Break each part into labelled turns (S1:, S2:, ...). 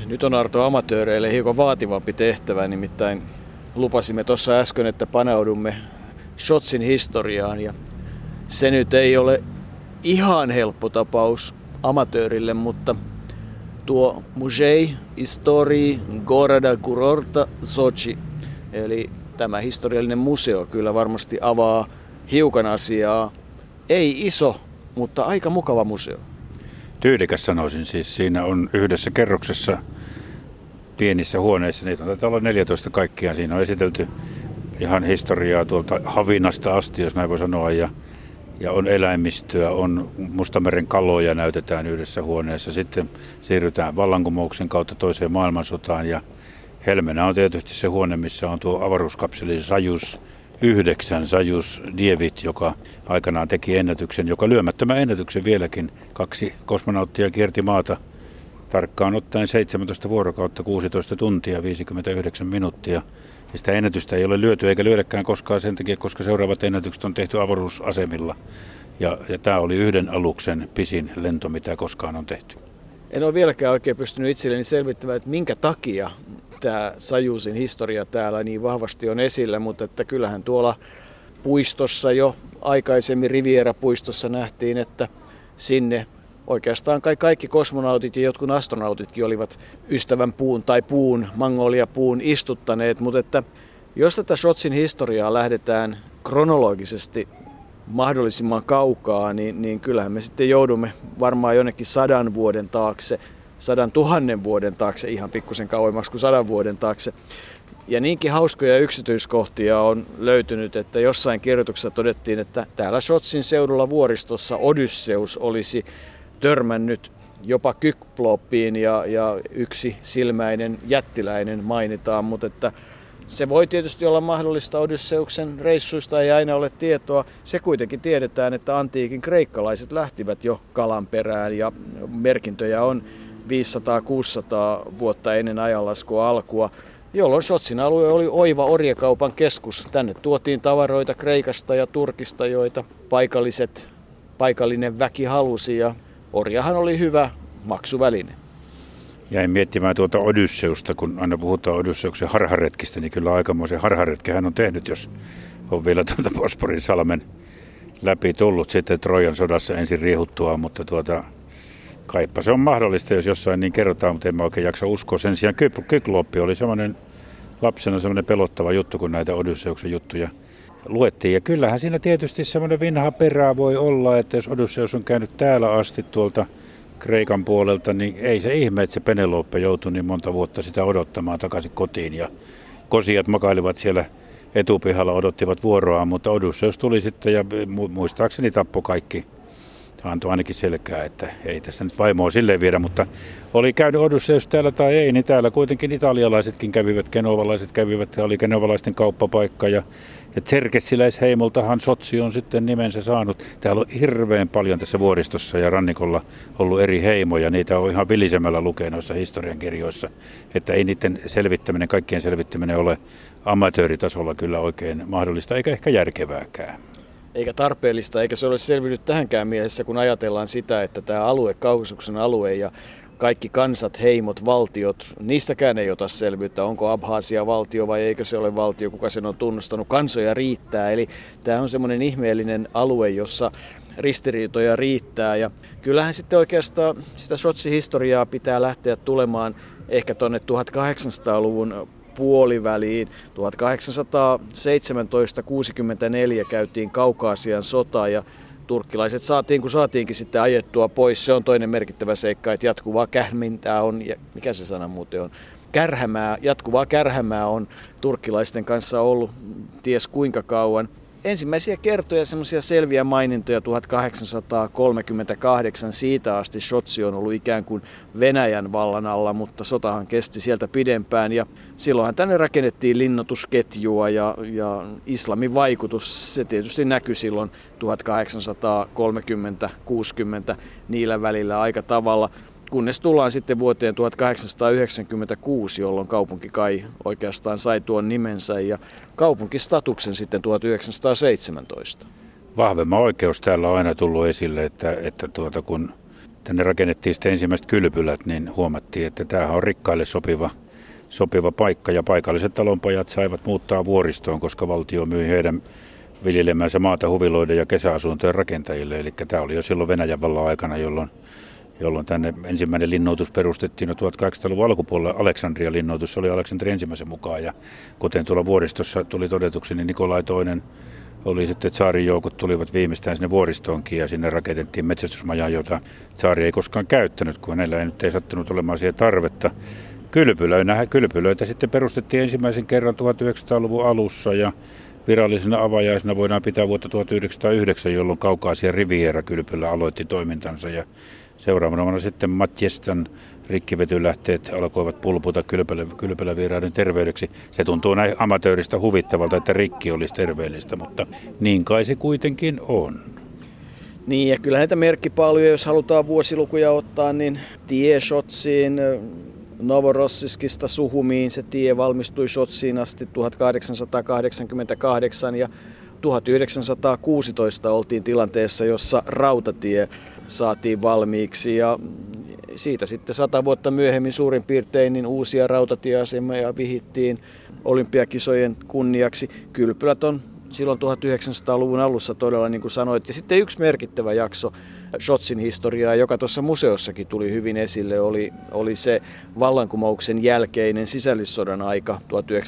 S1: Nyt on Arto amatööreille hiukan vaativampi tehtävä, nimittäin lupasimme tuossa äsken, että paneudumme shotsin historiaan ja se nyt ei ole ihan helppo tapaus amatöörille, mutta tuo Muzej Istorii Goroda Kurorta Sotši, eli tämä historiallinen museo kyllä varmasti avaa hiukan asiaa. Ei iso, mutta aika mukava museo.
S2: Tyylikäs sanoisin, siis siinä on yhdessä kerroksessa pienissä huoneissa, niitä on taitaa olla 14 kaikkiaan. Siinä on esitelty ihan historiaa tuolta Havinasta asti, jos näin voi sanoa, ja on eläimistöä, on Mustameren kaloja näytetään yhdessä huoneessa. Sitten siirrytään vallankumouksen kautta toiseen maailmansotaan ja helmenä on tietysti se huone, missä on tuo avaruuskapseli Sajus 9, Sajus Dievit, joka aikanaan teki ennätyksen, joka lyömättömän ennätyksen vieläkin. 2 kosmonauttia kierti maata tarkkaan ottaen 17 vuorokautta, 16 tuntia, 59 minuuttia. Ja sitä ennätystä ei ole lyöty eikä lyödäkään koskaan sen takia, koska seuraavat ennätykset on tehty avaruusasemilla. Ja tämä oli yhden aluksen pisin lento, mitä koskaan on tehty.
S1: En ole vieläkään oikein pystynyt itselleni selvittämään, että minkä takia tämä Sajusin historia täällä niin vahvasti on esillä, mutta että kyllähän tuolla puistossa jo aikaisemmin Riviera-puistossa nähtiin, että sinne oikeastaan kaikki kosmonautit ja jotkut astronautitkin olivat ystävän puun tai Magnolia-puun istuttaneet, mutta että jos tätä shotsin historiaa lähdetään kronologisesti mahdollisimman kaukaa, niin kyllähän me sitten joudumme varmaan jonnekin 100 vuoden taakse, 100 000 vuoden taakse, ihan pikkusen kauemmaksi kuin 100 vuoden taakse. Ja niinkin hauskoja yksityiskohtia on löytynyt, että jossain kirjoituksessa todettiin, että täällä Shotsin seudulla vuoristossa Odysseus olisi törmännyt jopa Kykloppiin ja yksi silmäinen jättiläinen mainitaan, mutta että se voi tietysti olla mahdollista Odysseuksen reissuista, ei aina ole tietoa. Se kuitenkin tiedetään, että antiikin kreikkalaiset lähtivät jo kalan perään ja merkintöjä on 500-600 vuotta ennen ajanlaskua alkua, jolloin Shotsin alue oli oiva orjakaupan keskus. Tänne tuotiin tavaroita Kreikasta ja Turkista, joita paikallinen väki halusi ja orjahan oli hyvä maksuväline.
S2: Jäin miettimään tuota Odysseusta, kun aina puhutaan Odysseuksen harharetkistä, niin kyllä aikamoisen harharetken hän on tehnyt, jos on vielä tuolta Bosporin salmen läpi tullut sitten Trojan sodassa ensin riehuttua, mutta kaipa se on mahdollista, jos jossain niin kerrotaan, mutta en mä oikein jaksa uskoa. Sen sijaan Kykloppi oli lapsena semmoinen pelottava juttu, kun näitä Odysseuksen juttuja luettiin. Ja kyllähän siinä tietysti semmoinen vinha perää voi olla, että jos Odysseus on käynyt täällä asti tuolta Kreikan puolelta, niin ei se ihme, että se Penelope joutui niin monta vuotta sitä odottamaan takaisin kotiin. Ja kosijat makailivat siellä etupihalla, odottivat vuoroaan, mutta Odysseus tuli sitten ja muistaakseni tappoi kaikki. Antoi ainakin selkää, että ei tässä nyt vaimoa silleen viedä, mutta oli käynyt Odysseus täällä tai ei, niin täällä kuitenkin italialaisetkin kävivät, genovalaiset kävivät, tämä oli genovalaisten kauppapaikka ja tserkessiläisheimoltahan Sotsi on sitten nimensä saanut. Täällä on hirveän paljon tässä vuoristossa ja rannikolla ollut eri heimoja, niitä on ihan vilisemällä lukea noissa historiankirjoissa, että ei niiden selvittäminen, kaikkien selvittäminen ole amatööritasolla kyllä oikein mahdollista eikä ehkä järkevääkään.
S1: Eikä tarpeellista, eikä se ole selvinnyt tähänkään mielessä, kun ajatellaan sitä, että tämä alue, Kaukasuksen alue ja kaikki kansat, heimot, valtiot, niistäkään ei ota selvyyttä, onko Abhasia valtio vai eikö se ole valtio, kuka sen on tunnustanut. Kansoja riittää, eli tämä on semmoinen ihmeellinen alue, jossa ristiriitoja riittää. Ja kyllähän sitten oikeastaan sitä Shotsin historiaa pitää lähteä tulemaan ehkä tuonne 1800-luvun puoliväliin. 1817-64 käytiin Kaukaasian sota ja turkkilaiset saatiinkin sitten ajettua pois. Se on toinen merkittävä seikka, että jatkuvaa kähmintää on, mikä se sana muuten on, jatkuvaa kärhämää on turkkilaisten kanssa ollut ties kuinka kauan. Ensimmäisiä kertoja, semmoisia selviä mainintoja 1838, siitä asti Shotsi on ollut ikään kuin Venäjän vallan alla, mutta sotahan kesti sieltä pidempään ja silloinhan tänne rakennettiin linnoitusketjua ja islamin vaikutus, se tietysti näkyi silloin 1830-60 niillä välillä aika tavalla. Kunnes tullaan sitten vuoteen 1896, jolloin kaupunki kai oikeastaan sai tuon nimensä ja kaupunkistatuksen sitten 1917.
S2: Vahvemman oikeus täällä on aina tullut esille, että kun tänne rakennettiin sitten ensimmäiset kylpylät, niin huomattiin, että tämähän on rikkaille sopiva paikka. Ja paikalliset talonpojat saivat muuttaa vuoristoon, koska valtio myi heidän viljelemänsä maata huviloiden ja kesäasuntojen rakentajille. Eli tämä oli jo silloin Venäjän vallan aikana, jolloin tänne ensimmäinen linnoitus perustettiin jo 1800-luvun alkupuolella. Aleksandria-linnoitus oli Aleksanteri ensimmäisen mukaan. Ja kuten tuolla vuoristossa tuli todetuksi, niin Nikolai II oli sitten tsaarin joukot tulivat viimeistään sinne vuoristoonkin ja sinne rakennettiin metsästysmaja, jota tsaari ei koskaan käyttänyt, kun hänellä ei sattunut olemaan siihen tarvetta. Kylpylöitä sitten perustettiin ensimmäisen kerran 1900-luvun alussa ja virallisena avajaisena voidaan pitää vuotta 1909, jolloin Kaukaasia Riviera-kylpylä aloitti toimintansa ja seuraavana vuonna sitten Matjestan rikkivetylähteet alkoivat pulputa kylpylävieraiden terveydeksi. Se tuntuu näin amatööristä huvittavalta, että rikki olisi terveellistä, mutta niin kai se kuitenkin on.
S1: Niin, ja kyllä näitä merkkipaaluja, jos halutaan vuosilukuja ottaa, niin tie Shotsiin, Novorossiskista Suhumiin, se tie valmistui Shotsiin asti 1888 ja 1916 oltiin tilanteessa, jossa rautatie saatiin valmiiksi ja siitä sitten 100 vuotta myöhemmin suurin piirtein niin uusia rautatieasemia vihittiin olympiakisojen kunniaksi. Kylpylät on silloin 1900-luvun alussa todella, niin kuin sanoit. Ja sitten yksi merkittävä jakso Shotsin historiaa, joka tuossa museossakin tuli hyvin esille, oli se vallankumouksen jälkeinen sisällissodan aika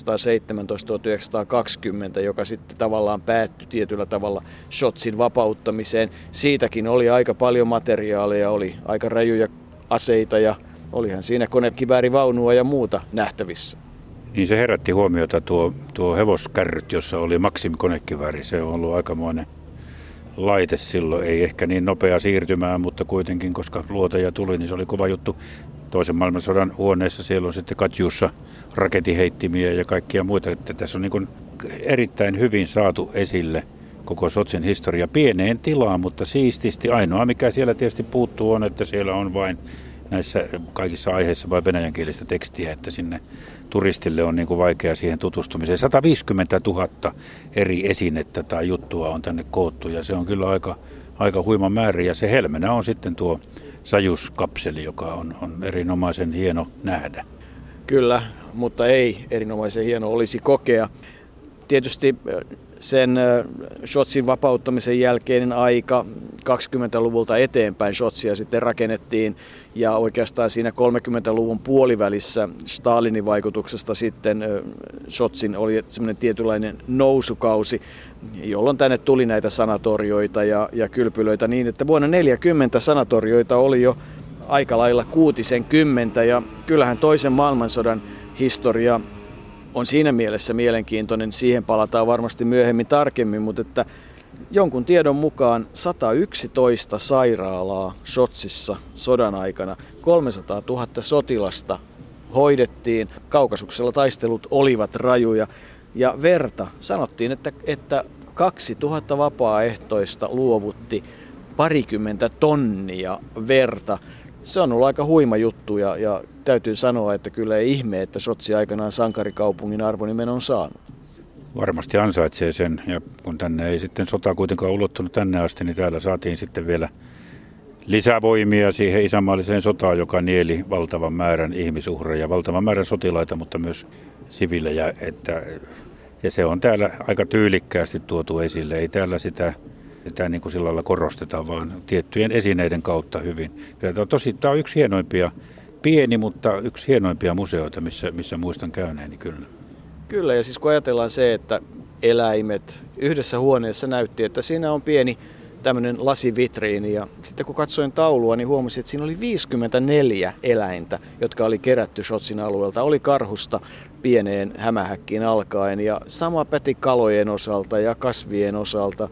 S1: 1917-1920, joka sitten tavallaan päättyi tietyllä tavalla Shotsin vapauttamiseen. Siitäkin oli aika paljon materiaaleja, oli aika rajuja aseita ja olihan siinä konekiväärivaunua ja muuta nähtävissä.
S2: Niin se herätti huomiota tuo hevoskärryt, jossa oli Maxim-konekivääri. Se on ollut aikamoinen laite silloin. Ei ehkä niin nopea siirtymään, mutta kuitenkin, koska luoteja tuli, niin se oli kova juttu. Toisen maailmansodan huoneessa siellä on sitten Katjussa raketiheittimiä ja kaikkia muita. Että tässä on niin kuin erittäin hyvin saatu esille koko Shotsin historia pieneen tilaan, mutta siististi. Ainoa, mikä siellä tietysti puuttuu, on, että siellä on vain näissä kaikissa aiheissa vain venäjänkielistä tekstiä, että sinne turistille on niin kuin vaikea siihen tutustumiseen. 150 000 eri esinettä tai juttua on tänne koottu ja se on kyllä aika huima määrä. Ja se helmenä on sitten tuo Sajus-kapseli, joka on erinomaisen hieno nähdä.
S1: Kyllä, mutta ei erinomaisen hieno olisi kokea. Tietysti sen Shotsin vapauttamisen jälkeinen aika 20-luvulta eteenpäin Shotsia sitten rakennettiin ja oikeastaan siinä 30-luvun puolivälissä Stalinin vaikutuksesta sitten Shotsin oli semmoinen tietynlainen nousukausi, jolloin tänne tuli näitä sanatorioita ja kylpylöitä niin, että vuonna 1940 sanatorioita oli jo aika lailla 60 ja kyllähän toisen maailmansodan historia on siinä mielessä mielenkiintoinen, siihen palataan varmasti myöhemmin tarkemmin, mutta että jonkun tiedon mukaan 111 sairaalaa Shotsissa sodan aikana, 300 000 sotilasta hoidettiin, Kaukasuksella taistelut olivat rajuja ja verta, sanottiin, että 2000 vapaaehtoista luovutti 20 tonnia verta. Se on ollut aika huima juttu ja täytyy sanoa, että kyllä ei ihme, että Shotsi aikanaan sankarikaupungin arvonimen on saanut.
S2: Varmasti ansaitsee sen ja kun tänne ei sitten sota kuitenkaan ulottunut tänne asti, niin täällä saatiin sitten vielä lisävoimia siihen isänmaalliseen sotaan, joka nieli valtavan määrän ihmisuhreja, valtavan määrän sotilaita, mutta myös siviilejä. Ja se on täällä aika tyylikkäästi tuotu esille. Ei täällä sitä niin kuin sillä lailla korosteta, vaan tiettyjen esineiden kautta hyvin. Tämä on yksi hienoimpia, pieni, mutta yksi hienoimpia museoita, missä muistan käyneeni kyllä.
S1: Kyllä, ja siis kun ajatellaan se, että eläimet yhdessä huoneessa näytti, että siinä on pieni tämmöinen lasivitriini, ja sitten kun katsoin taulua, niin huomasin, että siinä oli 54 eläintä, jotka oli kerätty Shotsin alueelta. Oli karhusta pieneen hämähäkkiin alkaen, ja sama päti kalojen osalta ja kasvien osalta.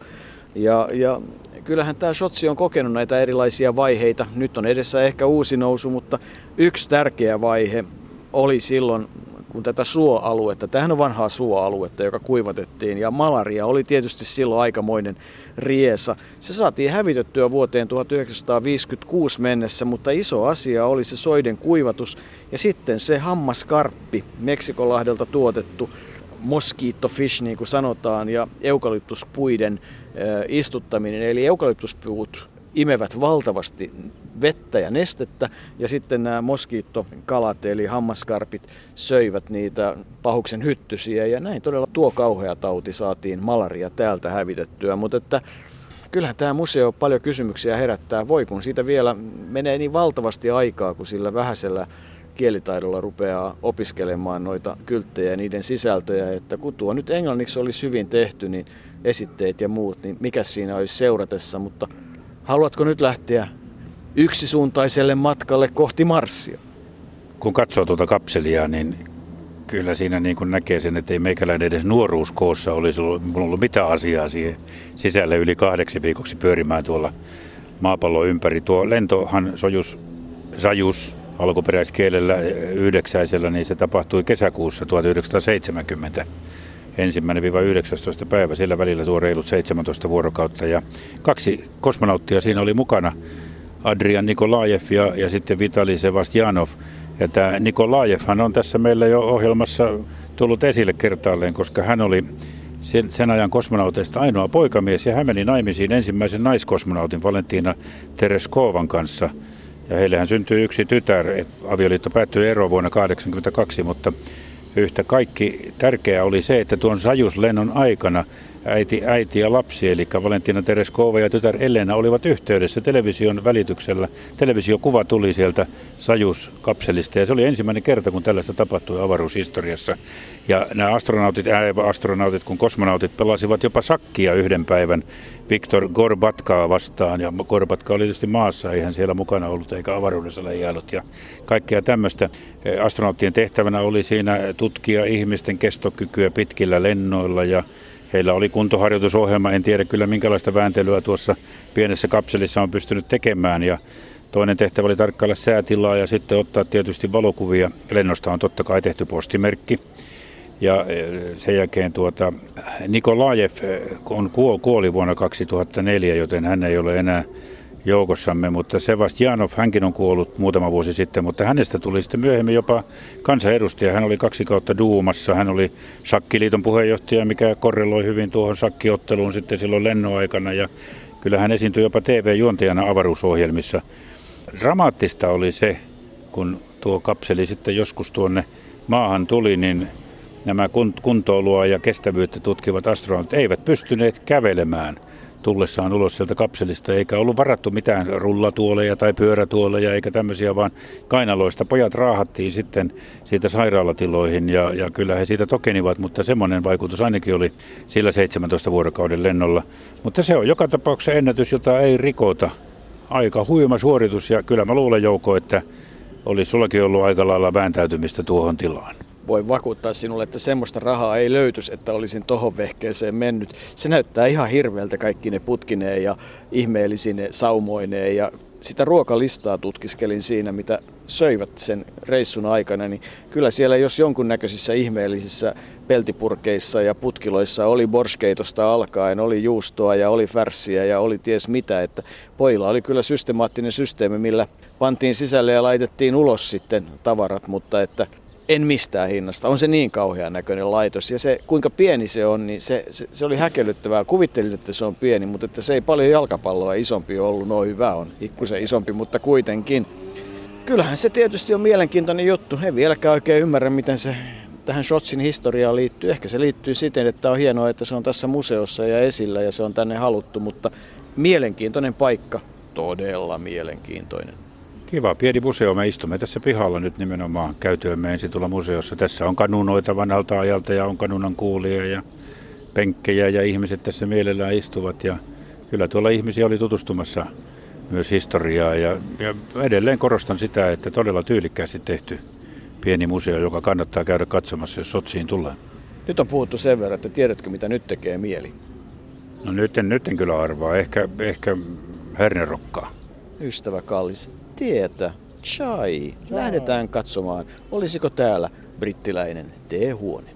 S1: Ja kyllähän tämä Shotsi on kokenut näitä erilaisia vaiheita. Nyt on edessä ehkä uusi nousu, mutta yksi tärkeä vaihe oli silloin, kun tätä suoaluetta, tämähän on vanhaa suoaluetta, joka kuivatettiin, ja malaria oli tietysti silloin aikamoinen riesa. Se saatiin hävitettyä vuoteen 1956 mennessä, mutta iso asia oli se soiden kuivatus, ja sitten se hammaskarppi, Meksikonlahdelta tuotettu mosquito fish, niin kuin sanotaan, ja eukalyptuspuiden istuttaminen. Eli eukalyptuspuut imevät valtavasti vettä ja nestettä, ja sitten nämä moskiittokalat eli hammaskarpit söivät niitä pahuksen hyttysiä, ja näin todella tuo kauhea tauti saatiin, malaria, täältä hävitettyä, mutta että kyllähän tämä museo paljon kysymyksiä herättää. Voi kun siitä vielä menee niin valtavasti aikaa, kun sillä vähäisellä kielitaidolla rupeaa opiskelemaan noita kylttejä ja niiden sisältöjä, että kun tuo nyt englanniksi olisi hyvin tehty, niin esitteet ja muut, niin mikä siinä olisi seuratessa, mutta haluatko nyt lähteä yksisuuntaiselle matkalle kohti Marsia?
S2: Kun katsoo tuota kapselia, niin kyllä siinä niin kuin näkee sen, että ei meikäläinen edes nuoruuskoossa olisi ollut mitään asiaa siihen sisälle yli 8 viikoksi pyörimään tuolla maapallon ympäri. Tuo lentohan Sajus alkuperäiskielellä 9, niin se tapahtui kesäkuussa 1970. 1-19. päivä, sillä välillä tuo reilut 17 vuorokautta. Ja 2 kosmonauttia siinä oli mukana, Adrian Nikolajev ja sitten Vitali Sevastjanov. Ja tämä Nikolajevhan on tässä meillä jo ohjelmassa tullut esille kertaalleen, koska hän oli sen ajan kosmonauteista ainoa poikamies, ja hän meni naimisiin ensimmäisen naiskosmonautin Valentina Tereskovan kanssa. Ja heillehän syntyi 1 tytär, avioliitto päättyi eroon vuonna 1982, mutta yhtä kaikki tärkeää oli se, että tuon Sajus-lennon aikana äiti ja lapsi, eli Valentina Tereskova ja tytär Elena, olivat yhteydessä television välityksellä. Televisiokuva tuli sieltä Sajus-kapselista, ja se oli ensimmäinen kerta, kun tällaista tapahtui avaruushistoriassa. Ja nämä astronautit kuin kosmonautit pelasivat jopa sakkia yhden päivän Viktor Gorbatkaa vastaan, ja Gorbatka oli tietysti maassa, eihän siellä mukana ollut eikä avaruudessa leijailut ja kaikkea tämmöistä. Astronauttien tehtävänä oli siinä tutkia ihmisten kestokykyä pitkillä lennoilla, ja heillä oli kuntoharjoitusohjelma, en tiedä kyllä minkälaista vääntelyä tuossa pienessä kapselissa on pystynyt tekemään, ja toinen tehtävä oli tarkkailla säätilaa ja sitten ottaa tietysti valokuvia. Lennosta on totta kai tehty postimerkki. Ja sen jälkeen Nikolajev kuoli vuonna 2004, joten hän ei ole enää joukossamme, mutta Sevastjanov, hänkin on kuollut muutama vuosi sitten, mutta hänestä tuli sitten myöhemmin jopa kansanedustaja. Hän oli 2 kautta Duumassa, hän oli Shakkiliiton puheenjohtaja, mikä korreloi hyvin tuohon shakkiotteluun sitten silloin lennoaikana, ja kyllä hän esiintyi jopa TV-juontajana avaruusohjelmissa. Dramaattista oli se, kun tuo kapseli sitten joskus tuonne maahan tuli, niin nämä kuntoilua ja kestävyyttä tutkivat astronautit eivät pystyneet kävelemään tullessaan ulos sieltä kapselista, eikä ollut varattu mitään rullatuoleja tai pyörätuoleja eikä tämmöisiä, vaan kainaloista pojat raahattiin sitten siitä sairaalatiloihin, ja kyllä he siitä tokenivat, mutta semmoinen vaikutus ainakin oli sillä 17 vuorokauden lennolla. Mutta se on joka tapauksessa ennätys, jota ei rikota. Aika huima suoritus, ja kyllä mä luulen, Jouko, että olisi sullakin ollut aika lailla vääntäytymistä tuohon tilaan.
S1: Voin vakuuttaa sinulle, että semmoista rahaa ei löytyisi, että olisin tohon vehkeeseen mennyt. Se näyttää ihan hirveältä, kaikki ne putkineen ja ihmeellisine saumoineen, ja sitä ruokalistaa tutkiskelin siinä, mitä söivät sen reissun aikana, niin kyllä siellä jos jonkunnäköisissä ihmeellisissä peltipurkeissa ja putkiloissa oli borskeitosta alkaen, oli juustoa ja oli färssiä ja oli ties mitä, että pojilla oli kyllä systemaattinen systeemi, millä pantiin sisälle ja laitettiin ulos sitten tavarat, mutta että en mistään hinnasta. On se niin kauhean näköinen laitos, ja se kuinka pieni se on, niin se oli häkellyttävää. Kuvittelin, että se on pieni, mutta että se ei paljon jalkapalloa isompi ollut. No hyvä on, ikkusen isompi, mutta kuitenkin. Kyllähän se tietysti on mielenkiintoinen juttu. En vieläkään oikein ymmärrä, miten se tähän Shotsin historiaan liittyy. Ehkä se liittyy siten, että on hienoa, että se on tässä museossa ja esillä ja se on tänne haluttu, mutta mielenkiintoinen paikka. Todella mielenkiintoinen.
S2: Kiva, pieni museo. Me istumme tässä pihalla nyt nimenomaan käytyämme ensin tuolla museossa. Tässä on kanunoita vanhalta ajalta ja on kanunan kuulia ja penkkejä ja ihmiset tässä mielellään istuvat. Ja kyllä tuolla ihmisiä oli tutustumassa myös historiaa, ja edelleen korostan sitä, että todella tyylikkäästi tehty pieni museo, joka kannattaa käydä katsomassa, jos Sotsiin tullaan.
S1: Nyt on puhuttu sen verran, että tiedätkö mitä nyt tekee mieli?
S2: No nyt en kyllä arvaa, ehkä hernerokkaa.
S1: Ystävä kallis, tietä, chai. Lähdetään katsomaan, olisiko täällä brittiläinen teehuone.